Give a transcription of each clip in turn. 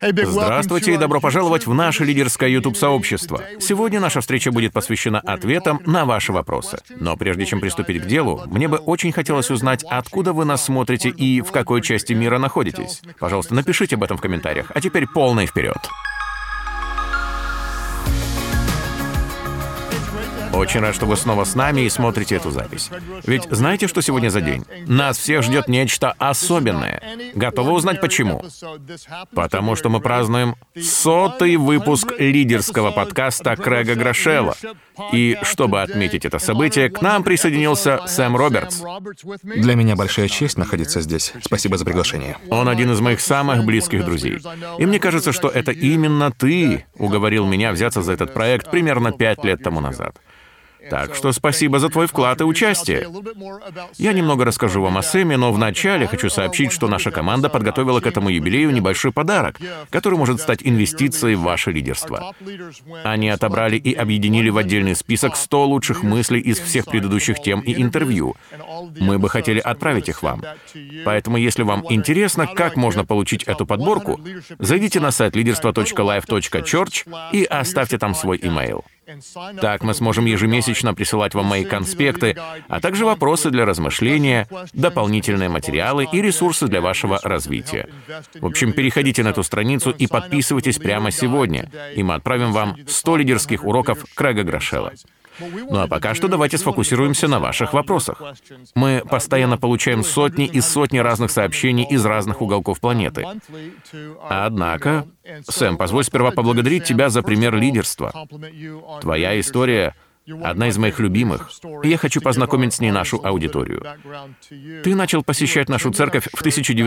Здравствуйте и добро пожаловать в наше лидерское YouTube-сообщество. Сегодня наша встреча будет посвящена ответам на ваши вопросы. Но прежде чем приступить к делу, мне бы очень хотелось узнать, откуда вы нас смотрите и в какой части мира находитесь. Пожалуйста, напишите об этом в комментариях. А теперь полный вперед. Очень рад, что вы снова с нами и смотрите эту запись. Ведь знаете, что сегодня за день? Нас всех ждет нечто особенное. Готовы узнать почему? Потому что мы празднуем 100-й выпуск лидерского подкаста Крэга Грошелла. И чтобы отметить это событие, к нам присоединился Сэм Робертс. Для меня большая честь находиться здесь. Спасибо за приглашение. Он один из моих самых близких друзей. И мне кажется, что это именно ты уговорил меня взяться за этот проект примерно 5 лет тому назад. Так что спасибо за твой вклад и участие. Я немного расскажу вам о Сэме, но вначале хочу сообщить, что наша команда подготовила к этому юбилею небольшой подарок, который может стать инвестицией в ваше лидерство. Они отобрали и объединили в отдельный список 100 лучших мыслей из всех предыдущих тем и интервью. Мы бы хотели отправить их вам. Поэтому, если вам интересно, как можно получить эту подборку, зайдите на сайт leaderство.life.church и оставьте там свой имейл. Так мы сможем ежемесячно присылать вам мои конспекты, а также вопросы для размышления, дополнительные материалы и ресурсы для вашего развития. В общем, переходите на эту страницу и подписывайтесь прямо сегодня, и мы отправим вам 100 лидерских уроков Крэга Грошелла. Ну а пока что давайте сфокусируемся на ваших вопросах. Мы постоянно получаем сотни и сотни разных сообщений из разных уголков планеты. Однако, Сэм, позволь сперва поблагодарить тебя за пример лидерства. Твоя история — одна из моих любимых, и я хочу познакомить с ней нашу аудиторию. Ты начал посещать нашу церковь в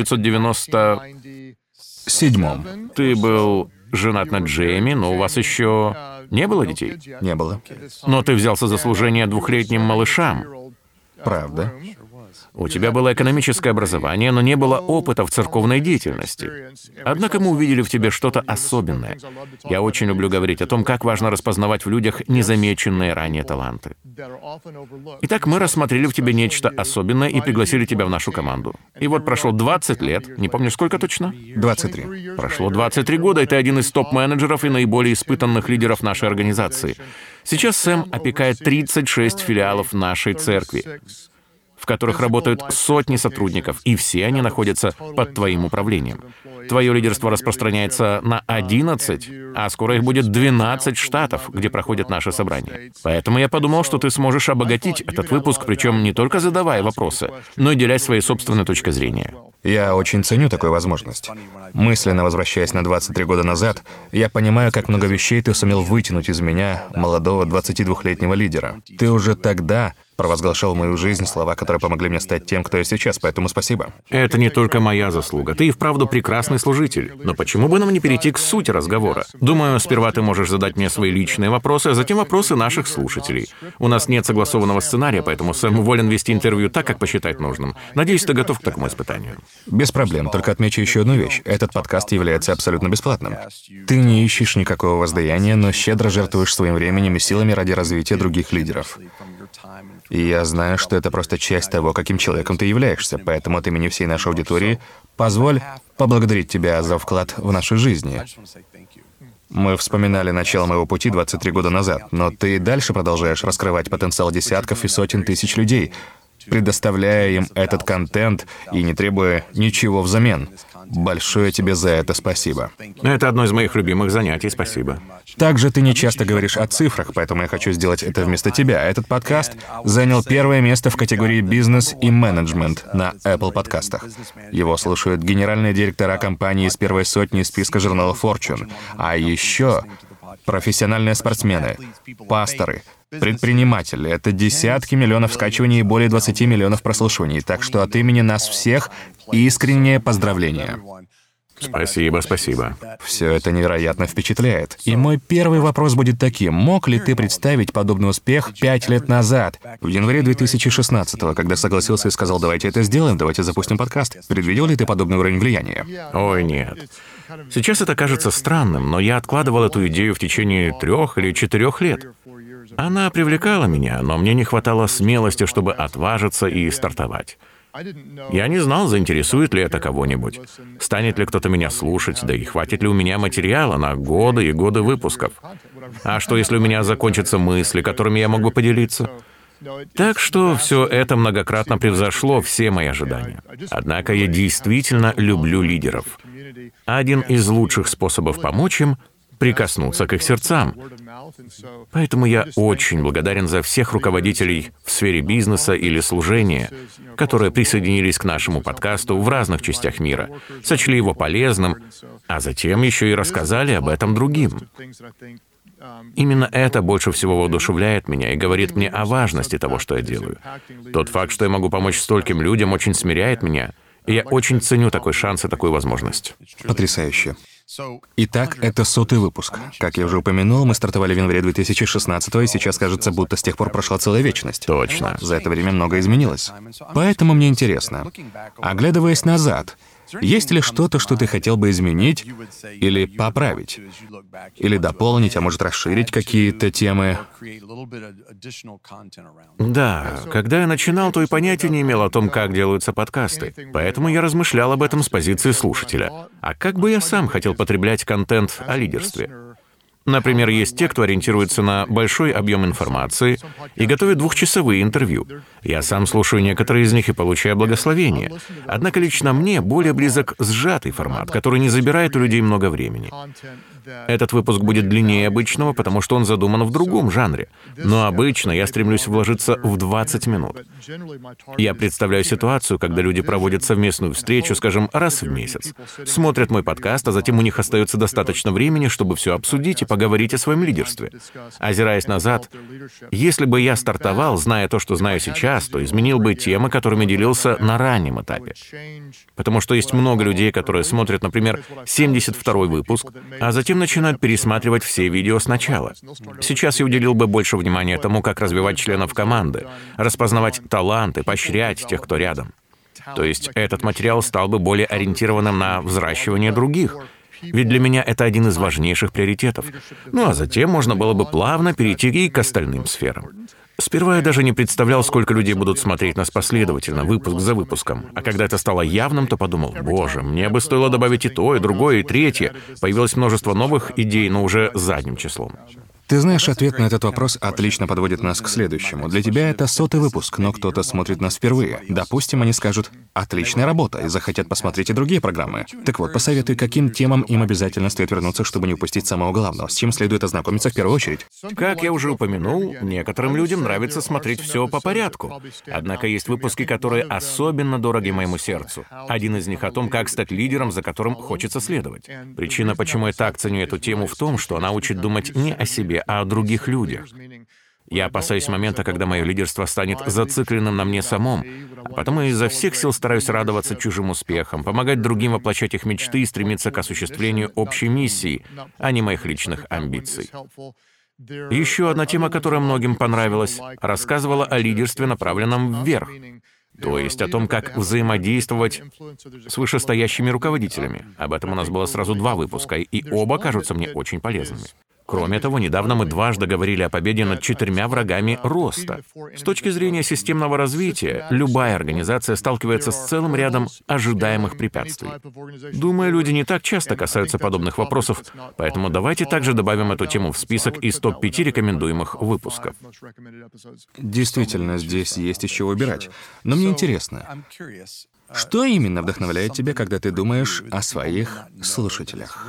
1997. Ты был женат на Джейми, но у вас еще не было детей? Не было. Но ты взялся за служение 2-летним малышам. Правда. У тебя было экономическое образование, но не было опыта в церковной деятельности. Однако мы увидели в тебе что-то особенное. Я очень люблю говорить о том, как важно распознавать в людях незамеченные ранее таланты. Итак, мы рассмотрели в тебе нечто особенное и пригласили тебя в нашу команду. И вот прошло 20 лет, не помню, сколько точно? 23. Прошло 23 года, и ты один из топ-менеджеров и наиболее испытанных лидеров нашей организации. Сейчас Сэм опекает 36 филиалов нашей церкви, в которых работают сотни сотрудников, и все они находятся под твоим управлением. Твое лидерство распространяется на 11, а скоро их будет 12 штатов, где проходят наши собрания. Поэтому я подумал, что ты сможешь обогатить этот выпуск, причем не только задавая вопросы, но и делясь своей собственной точкой зрения. Я очень ценю такую возможность. Мысленно возвращаясь на 23 года назад, я понимаю, как много вещей ты сумел вытянуть из меня, молодого 22-летнего лидера. Ты уже тогда провозглашал в мою жизнь слова, которые помогли мне стать тем, кто я сейчас, поэтому спасибо. Это не только моя заслуга. Ты и вправду прекрасный служитель. Но почему бы нам не перейти к сути разговора? Думаю, сперва ты можешь задать мне свои личные вопросы, а затем вопросы наших слушателей. У нас нет согласованного сценария, поэтому Сэм волен вести интервью так, как посчитает нужным. Надеюсь, ты готов к такому испытанию. Без проблем, только отмечу еще одну вещь. Этот подкаст является абсолютно бесплатным. Ты не ищешь никакого воздаяния, но щедро жертвуешь своим временем и силами ради развития других лидеров. И я знаю, что это просто часть того, каким человеком ты являешься, поэтому от имени всей нашей аудитории позволь поблагодарить тебя за вклад в наши жизни. Мы вспоминали начало моего пути 23 года назад, но ты и дальше продолжаешь раскрывать потенциал десятков и сотен тысяч людей, предоставляя им этот контент и не требуя ничего взамен. Большое тебе за это спасибо. Это одно из моих любимых занятий, спасибо. Также ты не часто говоришь о цифрах, поэтому я хочу сделать это вместо тебя. Этот подкаст занял первое место в категории «Бизнес и менеджмент» на Apple подкастах. Его слушают генеральные директора компаний из первой сотни списка журнала Fortune, а еще профессиональные спортсмены, пасторы, предприниматели. Это десятки миллионов скачиваний и более 20 миллионов прослушиваний. Так что от имени нас всех искреннее поздравление. Спасибо, спасибо. Все это невероятно впечатляет. И мой первый вопрос будет таким. Мог ли ты представить подобный успех 5 лет назад, в январе 2016-го, когда согласился и сказал, давайте это сделаем, давайте запустим подкаст? Предвидел ли ты подобный уровень влияния? Ой, нет. Сейчас это кажется странным, но я откладывал эту идею в течение 3 или 4 лет. Она привлекала меня, но мне не хватало смелости, чтобы отважиться и стартовать. Я не знал, заинтересует ли это кого-нибудь, станет ли кто-то меня слушать, да и хватит ли у меня материала на годы и годы выпусков. А что, если у меня закончатся мысли, которыми я мог бы поделиться? Так что все это многократно превзошло все мои ожидания. Однако я действительно люблю лидеров. Один из лучших способов помочь им — прикоснуться к их сердцам. Поэтому я очень благодарен за всех руководителей в сфере бизнеса или служения, которые присоединились к нашему подкасту в разных частях мира, сочли его полезным, а затем еще и рассказали об этом другим. Именно это больше всего воодушевляет меня и говорит мне о важности того, что я делаю. Тот факт, что я могу помочь стольким людям, очень смиряет меня, и я очень ценю такой шанс и такую возможность. Потрясающе. Итак, это 100-й выпуск. Как я уже упомянул, мы стартовали в январе 2016-го, и сейчас кажется, будто с тех пор прошла целая вечность. Точно. За это время многое изменилось. Поэтому мне интересно, оглядываясь назад, есть ли что-то, что ты хотел бы изменить или поправить? Или дополнить, а может расширить какие-то темы? Да, когда я начинал, то и понятия не имел о том, как делаются подкасты. Поэтому я размышлял об этом с позиции слушателя. А как бы я сам хотел потреблять контент о лидерстве? Например, есть те, кто ориентируется на большой объем информации и готовит двухчасовые интервью. Я сам слушаю некоторые из них и получаю благословение. Однако лично мне более близок сжатый формат, который не забирает у людей много времени. Этот выпуск будет длиннее обычного, потому что он задуман в другом жанре. Но обычно я стремлюсь вложиться в 20 минут. Я представляю ситуацию, когда люди проводят совместную встречу, скажем, раз в месяц, смотрят мой подкаст, а затем у них остается достаточно времени, чтобы все обсудить и поговорить о своем лидерстве. Озираясь назад, если бы я стартовал, зная то, что знаю сейчас, то изменил бы темы, которыми делился на раннем этапе. Потому что есть много людей, которые смотрят, например, 72-й выпуск, а затем начинают пересматривать все видео сначала. Сейчас я уделил бы больше внимания тому, как развивать членов команды, распознавать таланты, поощрять тех, кто рядом. То есть этот материал стал бы более ориентированным на взращивание других. Ведь для меня это один из важнейших приоритетов. Ну а затем можно было бы плавно перейти и к остальным сферам. Сперва я даже не представлял, сколько людей будут смотреть нас последовательно, выпуск за выпуском. А когда это стало явным, то подумал, боже, мне бы стоило добавить и то, и другое, и третье. Появилось множество новых идей, но уже задним числом. Ты знаешь, ответ на этот вопрос отлично подводит нас к следующему. Для тебя это 100-й выпуск, но кто-то смотрит нас впервые. Допустим, они скажут «отличная работа» и захотят посмотреть и другие программы. Так вот, посоветуй, каким темам им обязательно стоит вернуться, чтобы не упустить самого главного, с чем следует ознакомиться в первую очередь. Как я уже упомянул, некоторым людям нравится смотреть все по порядку. Однако есть выпуски, которые особенно дороги моему сердцу. Один из них о том, как стать лидером, за которым хочется следовать. Причина, почему я так ценю эту тему, в том, что она учит думать не о себе, а о других людях. Я опасаюсь момента, когда мое лидерство станет зацикленным на мне самом, а потому изо всех сил стараюсь радоваться чужим успехам, помогать другим воплощать их мечты и стремиться к осуществлению общей миссии, а не моих личных амбиций. Еще одна тема, которая многим понравилась, рассказывала о лидерстве, направленном вверх, то есть о том, как взаимодействовать с вышестоящими руководителями. Об этом у нас было сразу 2 выпуска, и оба кажутся мне очень полезными. Кроме того, недавно мы дважды говорили о победе над 4 врагами роста. С точки зрения системного развития, любая организация сталкивается с целым рядом ожидаемых препятствий. Думаю, люди не так часто касаются подобных вопросов, поэтому давайте также добавим эту тему в список из топ-5 рекомендуемых выпусков. Действительно, здесь есть из чего выбирать. Но мне интересно, что именно вдохновляет тебя, когда ты думаешь о своих слушателях?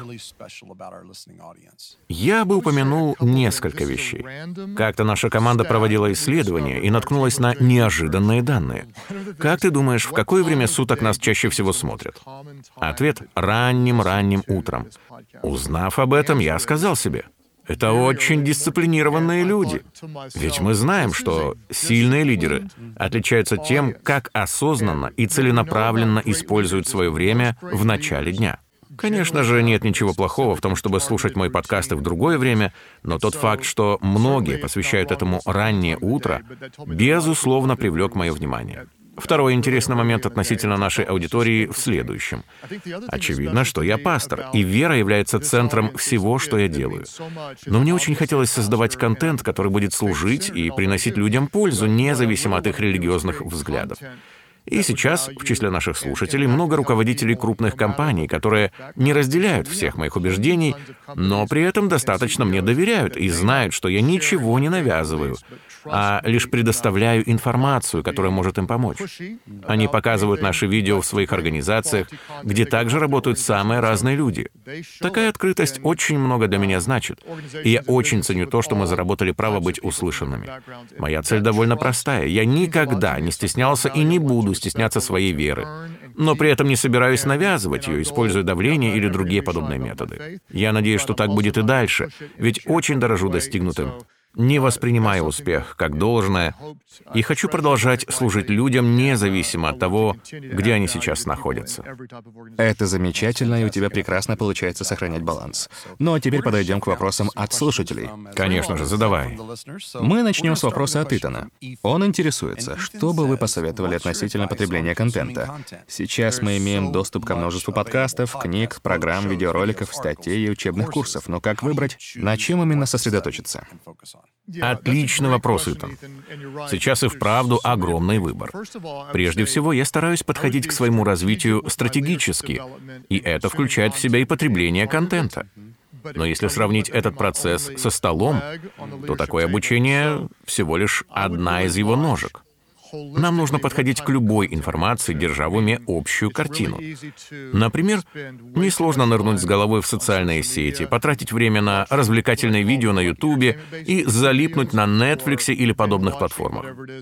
Я бы упомянул несколько вещей. Как-то наша команда проводила исследование и наткнулась на неожиданные данные. Как ты думаешь, в какое время суток нас чаще всего смотрят? Ответ — ранним утром. Узнав об этом, я сказал себе, это очень дисциплинированные люди. Ведь мы знаем, что сильные лидеры отличаются тем, как осознанно и целенаправленно используют свое время в начале дня. Конечно же, нет ничего плохого в том, чтобы слушать мои подкасты в другое время, но тот факт, что многие посвящают этому раннее утро, безусловно, привлек мое внимание. Второй интересный момент относительно нашей аудитории в следующем. Очевидно, что я пастор, и вера является центром всего, что я делаю. Но мне очень хотелось создавать контент, который будет служить и приносить людям пользу, независимо от их религиозных взглядов. И сейчас в числе наших слушателей много руководителей крупных компаний, которые не разделяют всех моих убеждений, но при этом достаточно мне доверяют и знают, что я ничего не навязываю, а лишь предоставляю информацию, которая может им помочь. Они показывают наши видео в своих организациях, где также работают самые разные люди. Такая открытость очень много для меня значит, и я очень ценю то, что мы заработали право быть услышанными. Моя цель довольно простая. Я никогда не стеснялся и не буду стесняться своей веры, но при этом не собираюсь навязывать ее, используя давление или другие подобные методы. Я надеюсь, что так будет и дальше, ведь очень дорожу достигнутым. Не воспринимаю успех как должное и хочу продолжать служить людям независимо от того, где они сейчас находятся. Это замечательно, и у тебя прекрасно получается сохранять баланс. Ну а теперь подойдем к вопросам от слушателей. Конечно же, задавай. Мы начнем с вопроса от Итана. Он интересуется, что бы вы посоветовали относительно потребления контента? Сейчас мы имеем доступ ко множеству подкастов, книг, программ, видеороликов, статей и учебных курсов. Но как выбрать, на чем именно сосредоточиться? Отличный вопрос, Итан. Сейчас и вправду огромный выбор. Прежде всего, я стараюсь подходить к своему развитию стратегически, и это включает в себя и потребление контента. Но если сравнить этот процесс со столом, то такое обучение всего лишь одна из его ножек. Нам нужно подходить к любой информации, держа в уме общую картину. Например, несложно нырнуть с головой в социальные сети, потратить время на развлекательные видео на Ютубе и залипнуть на Netflix или подобных платформах.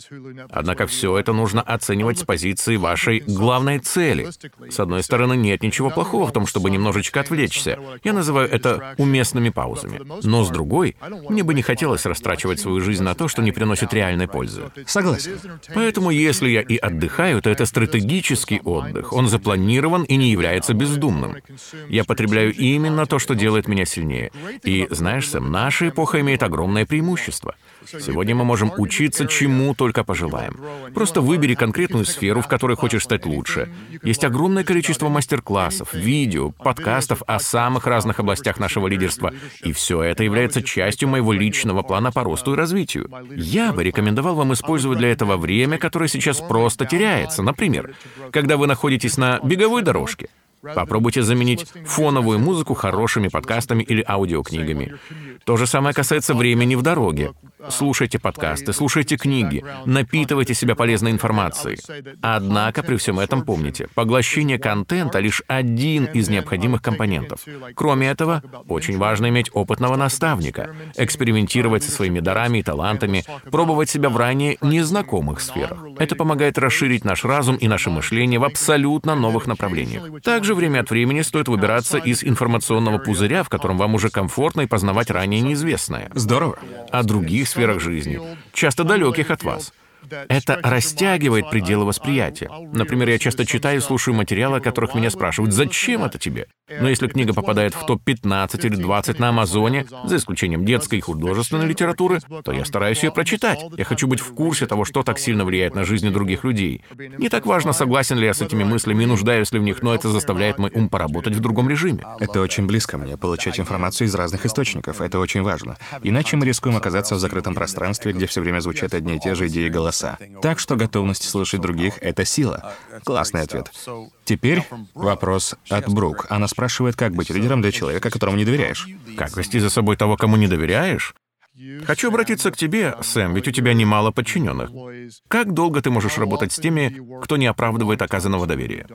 Однако все это нужно оценивать с позиции вашей главной цели. С одной стороны, нет ничего плохого в том, чтобы немножечко отвлечься. Я называю это уместными паузами. Но с другой, мне бы не хотелось растрачивать свою жизнь на то, что не приносит реальной пользы. Согласен. Поэтому если я и отдыхаю, то это стратегический отдых. Он запланирован и не является бездумным. Я потребляю именно то, что делает меня сильнее. И, знаешь, Сэм, наша эпоха имеет огромное преимущество. Сегодня мы можем учиться чему только пожелаем. Просто выбери конкретную сферу, в которой хочешь стать лучше. Есть огромное количество мастер-классов, видео, подкастов о самых разных областях нашего лидерства. И все это является частью моего личного плана по росту и развитию. Я бы рекомендовал вам использовать для этого время, которое сейчас просто теряется. Например, когда вы находитесь на беговой дорожке, попробуйте заменить фоновую музыку хорошими подкастами или аудиокнигами. То же самое касается времени в дороге. Слушайте подкасты, слушайте книги, напитывайте себя полезной информацией. Однако при всем этом помните, поглощение контента — лишь один из необходимых компонентов. Кроме этого, очень важно иметь опытного наставника, экспериментировать со своими дарами и талантами, пробовать себя в ранее незнакомых сферах. Это помогает расширить наш разум и наше мышление в абсолютно новых направлениях. Также время от времени стоит выбираться из информационного пузыря, в котором вам уже комфортно и познавать ранее неизвестное. Здорово. О других сферах жизни, часто далеких от вас. Это растягивает пределы восприятия. Например, я часто читаю и слушаю материалы, о которых меня спрашивают: «Зачем это тебе?» Но если книга попадает в топ-15 или 20 на Амазоне, за исключением детской и художественной литературы, то я стараюсь ее прочитать. Я хочу быть в курсе того, что так сильно влияет на жизни других людей. Не так важно, согласен ли я с этими мыслями и нуждаюсь ли в них, но это заставляет мой ум поработать в другом режиме. Это очень близко мне, получать информацию из разных источников. Это очень важно. Иначе мы рискуем оказаться в закрытом пространстве, где все время звучат одни и те же идеи и голоса. Так что готовность слушать других — это сила. Классный ответ. Теперь вопрос от Брук. Она спрашивает, как быть лидером для человека, которому не доверяешь. Как вести за собой того, кому не доверяешь? Хочу обратиться к тебе, Сэм, ведь у тебя немало подчиненных. Как долго ты можешь работать с теми, кто не оправдывает оказанного доверия?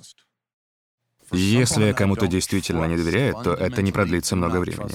Если я кому-то действительно не доверяю, то это не продлится много времени.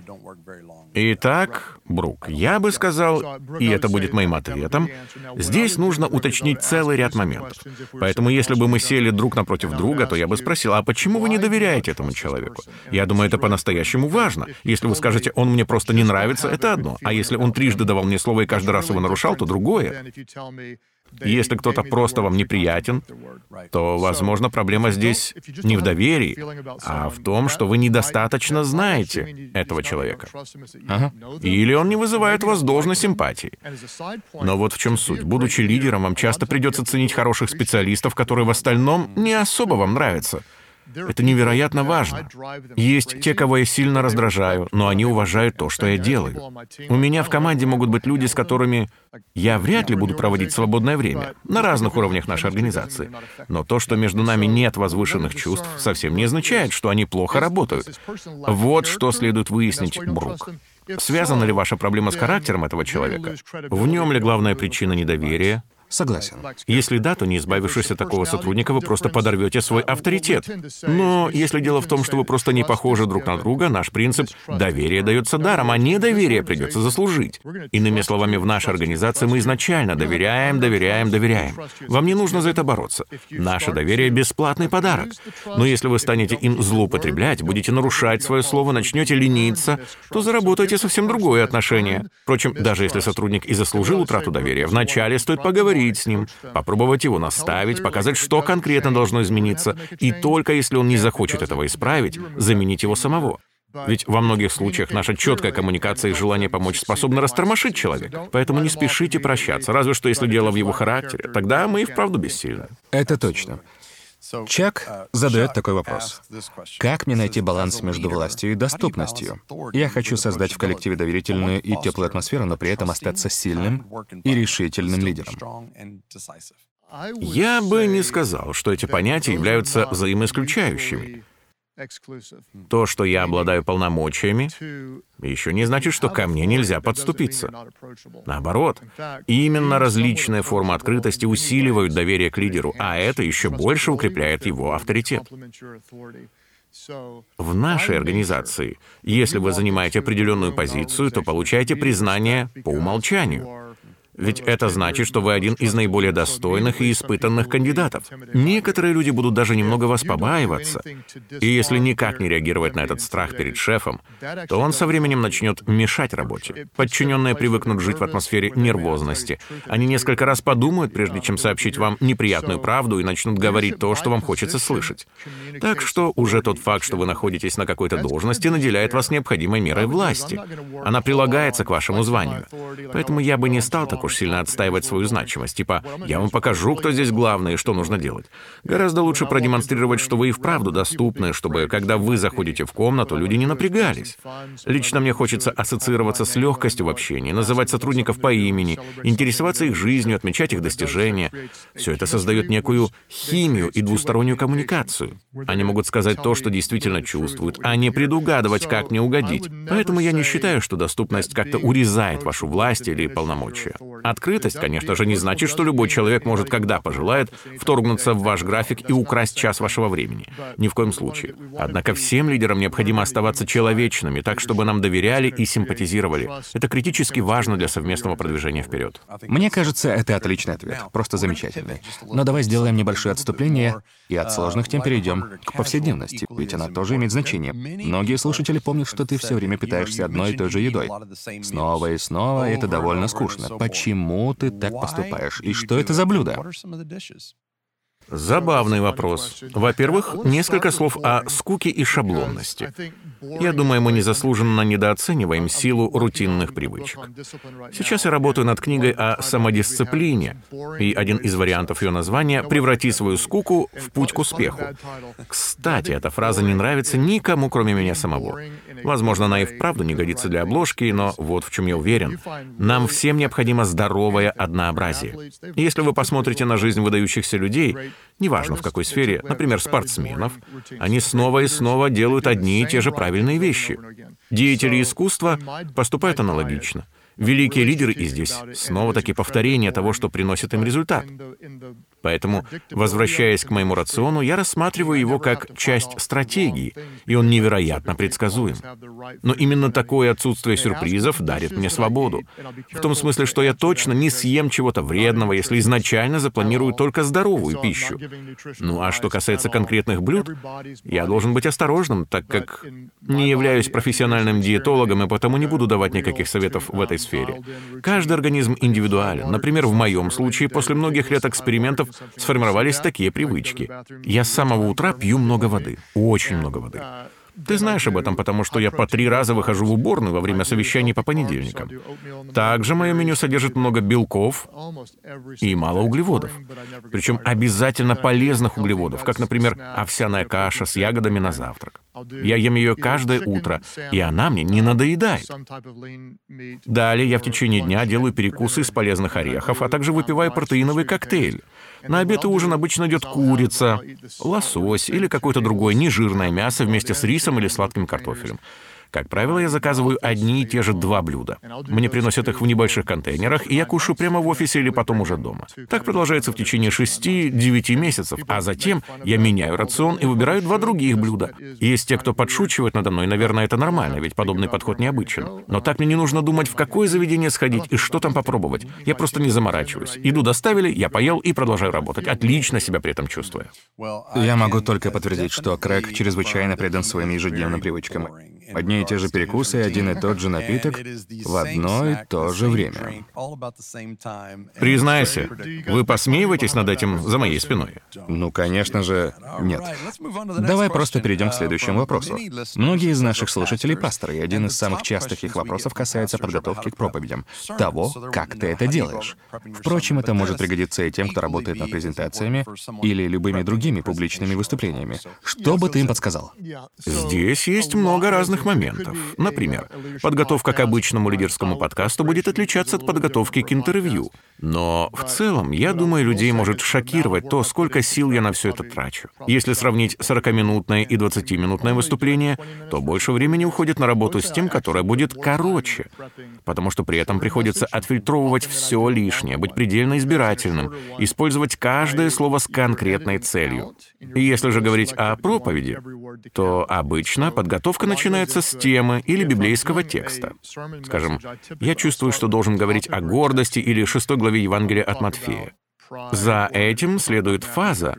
Итак, Брук, я бы сказал, и это будет моим ответом, здесь нужно уточнить целый ряд моментов. Поэтому если бы мы сели друг напротив друга, то я бы спросил: а почему вы не доверяете этому человеку? Я думаю, это по-настоящему важно. Если вы скажете: он мне просто не нравится, это одно. А если он трижды давал мне слово и каждый раз его нарушал, то другое. Если кто-то просто вам неприятен, то, возможно, проблема здесь не в доверии, а в том, что вы недостаточно знаете этого человека. Или он не вызывает у вас должной симпатии. Но вот в чем суть. Будучи лидером, вам часто придется ценить хороших специалистов, которые в остальном не особо вам нравятся. Это невероятно важно. Есть те, кого я сильно раздражаю, но они уважают то, что я делаю. У меня в команде могут быть люди, с которыми я вряд ли буду проводить свободное время на разных уровнях нашей организации. Но то, что между нами нет возвышенных чувств, совсем не означает, что они плохо работают. Вот что следует выяснить, Брук. Связана ли ваша проблема с характером этого человека? В нем ли главная причина недоверия? Согласен. Если да, то не избавившись от такого сотрудника, вы просто подорвете свой авторитет. Но если дело в том, что вы просто не похожи друг на друга, наш принцип — доверие дается даром, а недоверие придется заслужить. Иными словами, в нашей организации мы изначально доверяем. Вам не нужно за это бороться. Наше доверие — бесплатный подарок. Но если вы станете им злоупотреблять, будете нарушать свое слово, начнете лениться, то заработаете совсем другое отношение. Впрочем, даже если сотрудник и заслужил утрату доверия, вначале стоит поговорить с ним, попробовать его наставить, показать, что конкретно должно измениться, и только если он не захочет этого исправить, заменить его самого. Ведь во многих случаях наша четкая коммуникация и желание помочь способны растормошить человека. Поэтому не спешите прощаться, разве что если дело в его характере. Тогда мы и вправду бессильны. Это точно. Чак задает такой вопрос. Как мне найти баланс между властью и доступностью? Я хочу создать в коллективе доверительную и теплую атмосферу, но при этом остаться сильным и решительным лидером. Я бы не сказал, что эти понятия являются взаимоисключающими. То, что я обладаю полномочиями, еще не значит, что ко мне нельзя подступиться. Наоборот, именно различные формы открытости усиливают доверие к лидеру, а это еще больше укрепляет его авторитет. В нашей организации, если вы занимаете определенную позицию, то получаете признание по умолчанию. Ведь это значит, что вы один из наиболее достойных и испытанных кандидатов. Некоторые люди будут даже немного вас побаиваться. И если никак не реагировать на этот страх перед шефом, то он со временем начнет мешать работе. Подчиненные привыкнут жить в атмосфере нервозности. Они несколько раз подумают, прежде чем сообщить вам неприятную правду, и начнут говорить то, что вам хочется слышать. Так что уже тот факт, что вы находитесь на какой-то должности, наделяет вас необходимой мерой власти. Она прилагается к вашему званию. Поэтому я бы не стал так уж сильно отстаивать свою значимость. Типа, я вам покажу, кто здесь главный и что нужно делать. Гораздо лучше продемонстрировать, что вы и вправду доступны, чтобы, когда вы заходите в комнату, люди не напрягались. Лично мне хочется ассоциироваться с легкостью в общении, называть сотрудников по имени, интересоваться их жизнью, отмечать их достижения. Все это создает некую химию и двустороннюю коммуникацию. Они могут сказать то, что действительно чувствуют, а не предугадывать, как мне угодить. Поэтому я не считаю, что доступность как-то урезает вашу власть или полномочия. Открытость, конечно же, не значит, что любой человек может, когда пожелает, вторгнуться в ваш график и украсть час вашего времени. Ни в коем случае. Однако всем лидерам необходимо оставаться человечными, так, чтобы нам доверяли и симпатизировали. Это критически важно для совместного продвижения вперед. Мне кажется, это отличный ответ. Просто замечательный. Но давай сделаем небольшое отступление и от сложных тем перейдем к повседневности, ведь она тоже имеет значение. Многие слушатели помнят, что ты все время питаешься одной и той же едой. Снова и снова, и это довольно скучно. Почему ты так поступаешь? И что это за блюдо? Забавный вопрос. Во-первых, несколько слов о скуке и шаблонности. Я думаю, мы незаслуженно недооцениваем силу рутинных привычек. Сейчас я работаю над книгой о самодисциплине, и один из вариантов ее названия — «Преврати свою скуку в путь к успеху». Кстати, эта фраза не нравится никому, кроме меня самого. Возможно, она и вправду не годится для обложки, но вот в чем я уверен. Нам всем необходимо здоровое однообразие. Если вы посмотрите на жизнь выдающихся людей, неважно в какой сфере, например, спортсменов, они снова и снова делают одни и те же правильные вещи. Деятели искусства поступают аналогично. Великие лидеры и здесь снова-таки повторение того, что приносит им результат. Поэтому, возвращаясь к моему рациону, я рассматриваю его как часть стратегии, и он невероятно предсказуем. Но именно такое отсутствие сюрпризов дарит мне свободу. В том смысле, что я точно не съем чего-то вредного, если изначально запланирую только здоровую пищу. Ну а что касается конкретных блюд, я должен быть осторожным, так как не являюсь профессиональным диетологом и потому не буду давать никаких советов в этой сфере. Каждый организм индивидуален. Например, в моем случае, после многих лет экспериментов сформировались такие привычки. Я с самого утра пью много воды, очень много воды. Ты знаешь об этом, потому что я по 3 раза выхожу в уборную во время совещаний по понедельникам. Также мое меню содержит много белков и мало углеводов. Причем обязательно полезных углеводов, как, например, овсяная каша с ягодами на завтрак. Я ем ее каждое утро, и она мне не надоедает. Далее я в течение дня делаю перекусы из полезных орехов, а также выпиваю протеиновый коктейль. На обед и ужин обычно идет курица, лосось или какое-то другое нежирное мясо вместе с рисом или сладким картофелем. Как правило, я заказываю одни и те же 2 блюда. Мне приносят их в небольших контейнерах, и я кушаю прямо в офисе или потом уже дома. Так продолжается в течение 6-9 месяцев, а затем я меняю рацион и выбираю 2 других блюда. Есть те, кто подшучивает надо мной, наверное, это нормально, ведь подобный подход необычен. Но так мне не нужно думать, в какое заведение сходить и что там попробовать. Я просто не заморачиваюсь. Еду доставили, я поел и продолжаю работать, отлично себя при этом чувствуя. Я могу только подтвердить, что Крэг чрезвычайно предан своим ежедневным привычкам. Одни и те же перекусы и один и тот же напиток в одно и то же время. Признайся, вы посмеиваетесь над этим за моей спиной? Ну, конечно же, нет. Давай просто перейдем к следующему вопросу. Многие из наших слушателей пасторы, и один из самых частых их вопросов касается подготовки к проповедям, того, как ты это делаешь. Впрочем, это может пригодиться и тем, кто работает над презентациями или любыми другими публичными выступлениями. Что бы ты им подсказал? Здесь есть много разных моментов. Например, подготовка к обычному лидерскому подкасту будет отличаться от подготовки к интервью. Но в целом, я думаю, людей может шокировать то, сколько сил я на все это трачу. Если сравнить 40-минутное и 20-минутное выступление, то больше времени уходит на работу с тем, которое будет короче. Потому что при этом приходится отфильтровывать все лишнее, быть предельно избирательным, использовать каждое слово с конкретной целью. И если же говорить о проповеди, то обычно подготовка начинается с темы или библейского текста. Скажем, я чувствую, что должен говорить о гордости или 6 главе Евангелия от Матфея. За этим следует фаза,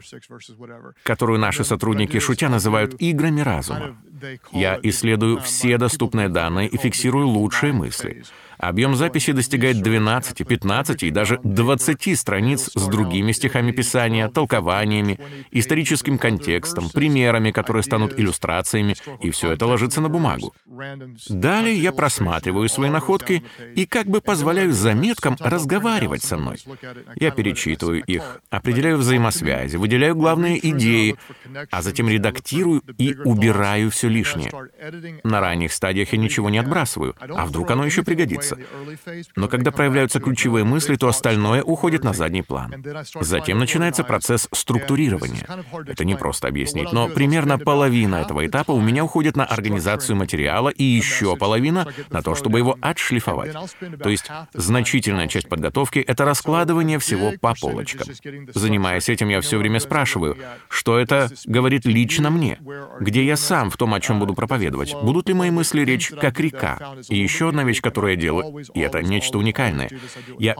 которую наши сотрудники шутя называют «играми разума». Я исследую все доступные данные и фиксирую лучшие мысли. Объем записи достигает 12, 15 и даже 20 страниц с другими стихами Писания, толкованиями, историческим контекстом, примерами, которые станут иллюстрациями, и все это ложится на бумагу. Далее я просматриваю свои находки и как бы позволяю заметкам разговаривать со мной. Я перечитываю их, определяю взаимосвязи, выделяю главные идеи, а затем редактирую и убираю все лишнее. На ранних стадиях я ничего не отбрасываю, а вдруг оно еще пригодится. Но когда проявляются ключевые мысли, то остальное уходит на задний план. Затем начинается процесс структурирования. Это не просто объяснить, но примерно половина этого этапа у меня уходит на организацию материала и еще половина на то, чтобы его отшлифовать. То есть значительная часть подготовки — это раскладывание всего по полочкам. Занимаясь этим, я все время спрашиваю, что это говорит лично мне, где я сам в том, о чем буду проповедовать, будут ли мои мысли речь как река. И еще одна вещь, которую я делаю, и это нечто уникальное. Я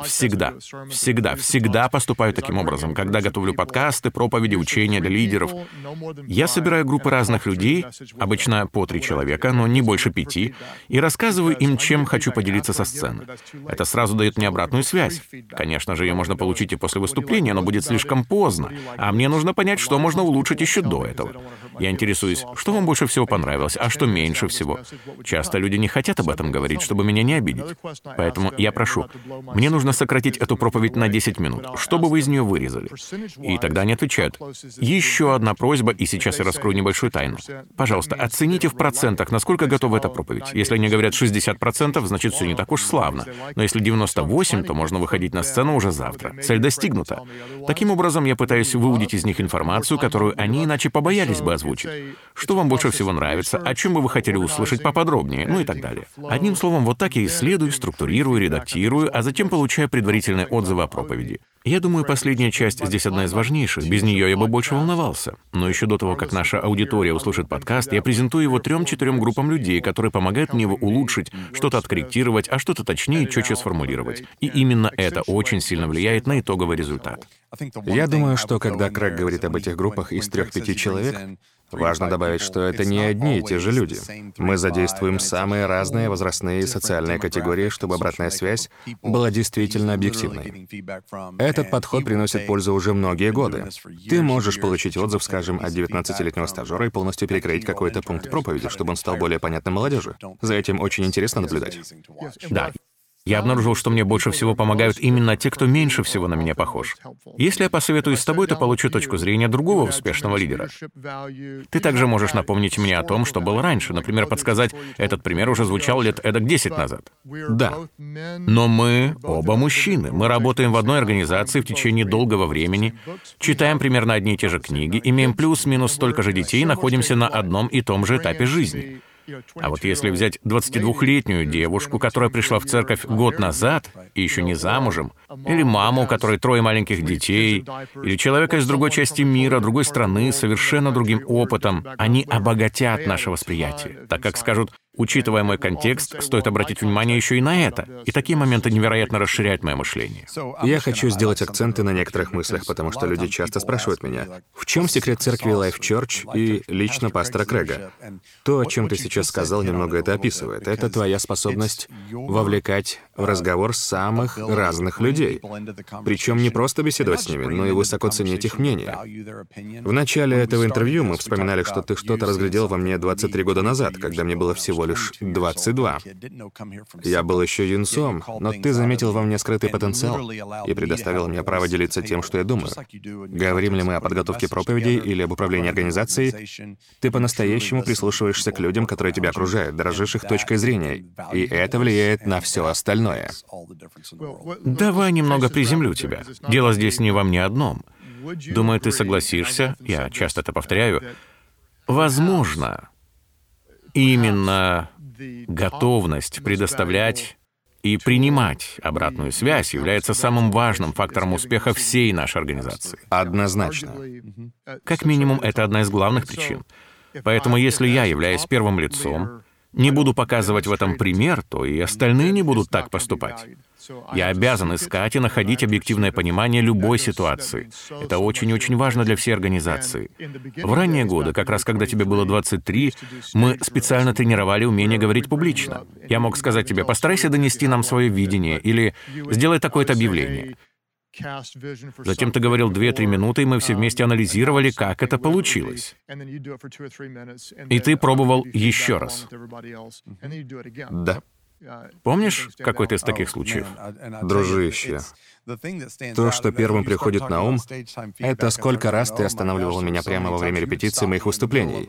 всегда поступаю таким образом, когда готовлю подкасты, проповеди, учения для лидеров. Я собираю группы разных людей, обычно по 3 человека, но не больше 5, и рассказываю им, чем хочу поделиться со сцены. Это сразу дает мне обратную связь. Конечно же, ее можно получить и после выступления, но будет слишком поздно, а мне нужно понять, что можно улучшить еще до этого. Я интересуюсь, что вам больше всего понравилось, а что меньше всего. Часто люди не хотят об этом говорить, чтобы меня не обидеть. Поэтому я прошу, мне нужно сократить эту проповедь на 10 минут. Что бы вы из нее вырезали? И тогда они отвечают. Еще одна просьба, и сейчас я раскрою небольшую тайну. Пожалуйста, оцените в процентах, насколько готова эта проповедь. Если они говорят 60%, значит, все не так уж славно. Но если 98%, то можно выходить на сцену уже завтра. Цель достигнута. Таким образом, я пытаюсь выудить из них информацию, которую они иначе побоялись бы озвучить. Что вам больше всего нравится, о чем бы вы хотели услышать поподробнее, ну и так далее. Одним словом, вот так я исследую, структурирую, редактирую, а затем получаю предварительные отзывы о проповеди. Я думаю, последняя часть здесь одна из важнейших. Без нее я бы больше волновался. Но еще до того, как наша аудитория услышит подкаст, я презентую его 3-4 группам людей, которые помогают мне его улучшить, что-то откорректировать, а что-то точнее и четче сформулировать. И именно это очень сильно влияет на итоговый результат. Я думаю, что когда Крэг говорит об этих группах из 3-5 человек, Важно добавить, что это не одни и те же люди. Мы задействуем самые разные возрастные и социальные категории, чтобы обратная связь была действительно объективной. Этот подход приносит пользу уже многие годы. Ты можешь получить отзыв, скажем, от 19-летнего стажера и полностью перекроить какой-то пункт проповеди, чтобы он стал более понятным молодежи. За этим очень интересно наблюдать. Да. Я обнаружил, что мне больше всего помогают именно те, кто меньше всего на меня похож. Если я посоветуюсь с тобой, то получу точку зрения другого успешного лидера. Ты также можешь напомнить мне о том, что было раньше. Например, подсказать, этот пример уже звучал лет эдак 10 назад. Да. Но мы оба мужчины. Мы работаем в одной организации в течение долгого времени, читаем примерно одни и те же книги, имеем плюс-минус столько же детей и находимся на одном и том же этапе жизни. А вот если взять 22-летнюю девушку, которая пришла в церковь год назад и еще не замужем, или маму, у которой 3 маленьких детей, или человека из другой части мира, другой страны, с совершенно другим опытом, они обогатят наше восприятие, так как скажут: учитывая мой контекст, стоит обратить внимание еще и на это. И такие моменты невероятно расширяют мое мышление. Я хочу сделать акценты на некоторых мыслях, потому что люди часто спрашивают меня, в чем секрет церкви Life Church и лично пастора Крэга? То, о чем ты сейчас сказал, немного это описывает. Это твоя способность вовлекать в разговор самых разных людей. Причем не просто беседовать с ними, но и высоко ценить их мнение. В начале этого интервью мы вспоминали, что ты что-то разглядел во мне 23 года назад, когда мне было всего лишь 22. Я был еще юнцом, но ты заметил во мне скрытый потенциал и предоставил мне право делиться тем, что я думаю. Говорим ли мы о подготовке проповедей или об управлении организацией, ты по-настоящему прислушиваешься к людям, которые тебя окружают, дорожишь их точкой зрения, и это влияет на все остальное. Давай немного приземлю тебя. Дело здесь не во мне одном. Думаю, ты согласишься, я часто это повторяю, возможно, именно готовность предоставлять и принимать обратную связь является самым важным фактором успеха всей нашей организации. Однозначно. Как минимум, это одна из главных причин. Поэтому если я, являясь первым лицом, не буду показывать в этом пример, то и остальные не будут так поступать. Я обязан искать и находить объективное понимание любой ситуации. Это очень-очень важно для всей организации. В ранние годы, как раз когда тебе было 23, мы специально тренировали умение говорить публично. Я мог сказать тебе: постарайся донести нам свое видение, или сделай такое-то объявление. Затем ты говорил 2-3 минуты, и мы все вместе анализировали, как это получилось. И ты пробовал еще раз. Да. Помнишь какой-то из таких случаев? Дружище, то, что первым приходит на ум, это сколько раз ты останавливал меня прямо во время репетиции моих выступлений.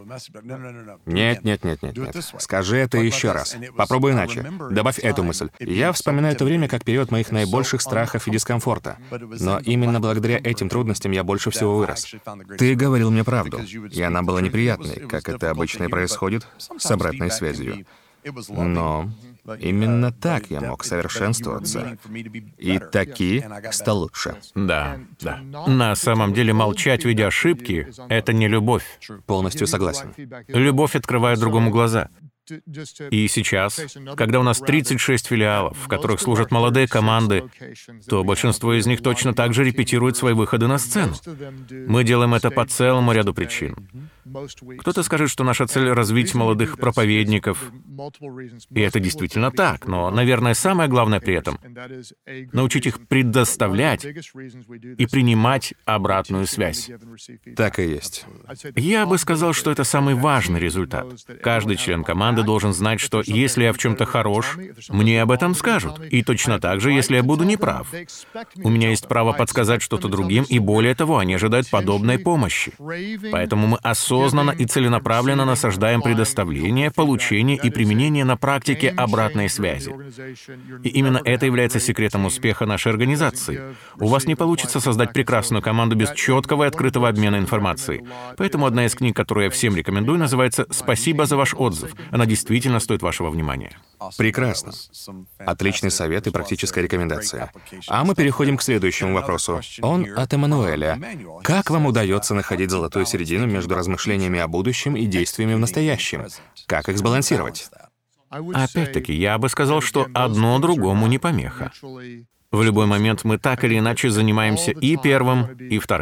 Нет. Скажи это еще раз. Попробуй иначе. Добавь эту мысль. Я вспоминаю это время как период моих наибольших страхов и дискомфорта. Но именно благодаря этим трудностям я больше всего вырос. Ты говорил мне правду, и она была неприятной, как это обычно и происходит с обратной связью. Но именно так я мог совершенствоваться. И таки стал лучше. Да. На самом деле молчать, видя ошибки, это не любовь. Полностью согласен. Любовь открывает другому глаза. И сейчас, когда у нас 36 филиалов, в которых служат молодые команды, то большинство из них точно так же репетируют свои выходы на сцену. Мы делаем это по целому ряду причин. Кто-то скажет, что наша цель — развить молодых проповедников. И это действительно так, но, наверное, самое главное при этом — научить их предоставлять и принимать обратную связь. Так и есть. Я бы сказал, что это самый важный результат. Каждый член команды должен знать, что если я в чем-то хорош, мне об этом скажут. И точно так же, если я буду неправ. У меня есть право подсказать что-то другим, и более того, они ожидают подобной помощи. Поэтому мы осознанно и целенаправленно насаждаем предоставление, получение и применение на практике обратной связи. И именно это является секретом успеха нашей организации. У вас не получится создать прекрасную команду без четкого и открытого обмена информацией. Поэтому одна из книг, которую я всем рекомендую, называется «Спасибо за ваш отзыв». Она действительно стоит вашего внимания. Прекрасно. Отличный совет и практическая рекомендация. А мы переходим к следующему вопросу. Он от Эммануэля. Как вам удается находить золотую середину между размышлениями о будущем и действиями в настоящем? Как их сбалансировать? Опять-таки, я бы сказал, что одно другому не помеха. В любой момент мы так или иначе занимаемся и первым, и вторым.